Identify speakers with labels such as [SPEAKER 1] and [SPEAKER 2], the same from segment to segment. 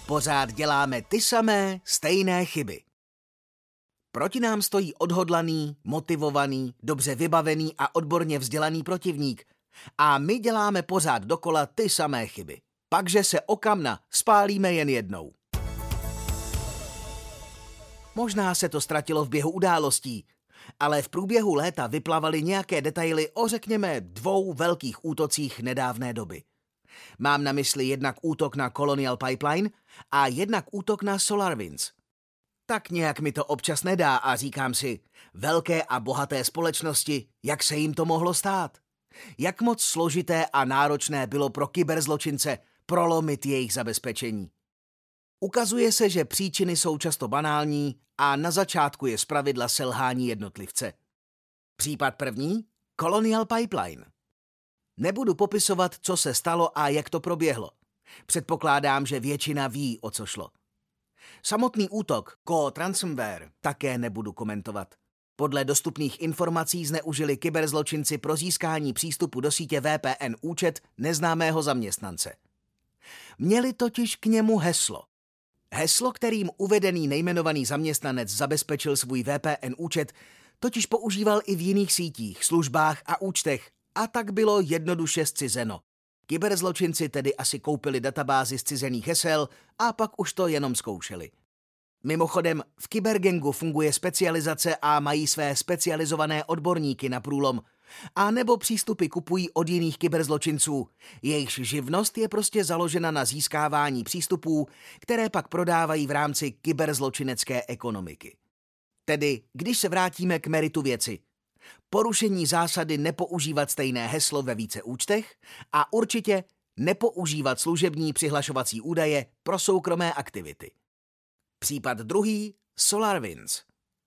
[SPEAKER 1] Pořád děláme ty samé, stejné chyby. Proti nám stojí odhodlaný, motivovaný, dobře vybavený a odborně vzdělaný protivník. A my děláme pořád dokola ty samé chyby. Pakže se o kamna spálíme jen jednou. Možná se to ztratilo v běhu událostí, ale v průběhu léta vyplavaly nějaké detaily o, řekněme, 2 velkých útocích nedávné doby. Mám na mysli jednak útok na Colonial Pipeline a jednak útok na SolarWinds. Tak nějak mi to občas nedá a říkám si, velké a bohaté společnosti, jak se jim to mohlo stát? Jak moc složité a náročné bylo pro kyberzločince prolomit jejich zabezpečení? Ukazuje se, že příčiny jsou často banální a na začátku je zpravidla selhání jednotlivce. Případ první? Colonial Pipeline. Nebudu popisovat, co se stalo a jak to proběhlo. Předpokládám, že většina ví, o co šlo. Samotný útok, ransomware, také nebudu komentovat. Podle dostupných informací zneužili kyberzločinci pro získání přístupu do sítě VPN účet neznámého zaměstnance. Měli totiž k němu heslo. Heslo, kterým uvedený nejmenovaný zaměstnanec zabezpečil svůj VPN účet, totiž používal i v jiných sítích, službách a účtech a tak bylo jednoduše zcizeno. Kyberzločinci tedy asi koupili databázi zcizených hesel a pak už to jenom zkoušeli. Mimochodem, v Kybergangu funguje specializace a mají své specializované odborníky na průlom, a nebo přístupy kupují od jiných kyberzločinců. Jejichž živnost je prostě založena na získávání přístupů, které pak prodávají v rámci kyberzločinecké ekonomiky. Tedy, když se vrátíme k meritu věci, porušení zásady nepoužívat stejné heslo ve více účtech a určitě nepoužívat služební přihlašovací údaje pro soukromé aktivity. Případ druhý, SolarWinds.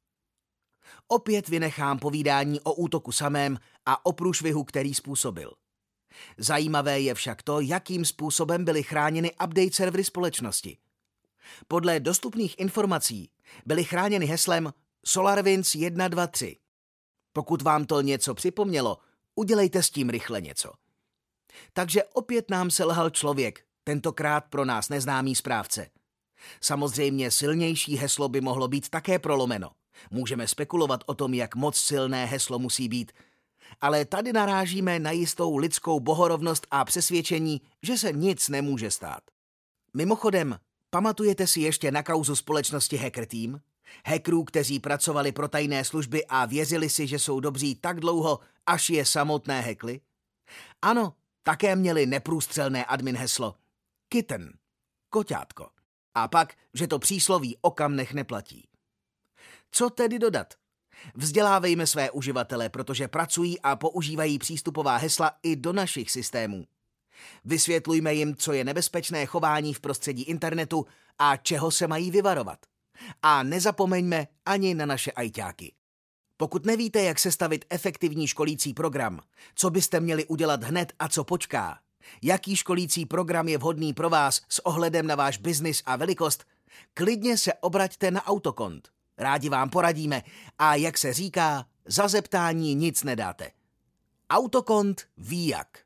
[SPEAKER 1] Opět vynechám povídání o útoku samém a o průšvihu, který způsobil. Zajímavé je však to, jakým způsobem byly chráněny update servery společnosti. Podle dostupných informací byly chráněny heslem SolarWinds 123. Pokud vám to něco připomnělo, udělejte s tím rychle něco. Takže opět nám selhal člověk, tentokrát pro nás neznámý správce. Samozřejmě silnější heslo by mohlo být také prolomeno. Můžeme spekulovat o tom, jak moc silné heslo musí být, ale tady narážíme na jistou lidskou bohorovnost a přesvědčení, že se nic nemůže stát. Mimochodem, pamatujete si ještě na kauzu společnosti Hacker Team? Hackerů, kteří pracovali pro tajné služby a věřili si, že jsou dobří tak dlouho, až je samotné hackli? Ano, také měli neprůstřelné admin heslo Kitten, koťátko. A pak, že to přísloví o kamnech neplatí. Co tedy dodat? Vzdělávejme své uživatele, protože pracují a používají přístupová hesla i do našich systémů. Vysvětlujme jim, co je nebezpečné chování v prostředí internetu a čeho se mají vyvarovat. A nezapomeňme ani na naše ajťáky. Pokud nevíte, jak sestavit efektivní školící program, co byste měli udělat hned a co počká, jaký školící program je vhodný pro vás s ohledem na váš biznis a velikost, klidně se obraťte na Autokont. Rádi vám poradíme a jak se říká, za zeptání nic nedáte. Autokont ví jak.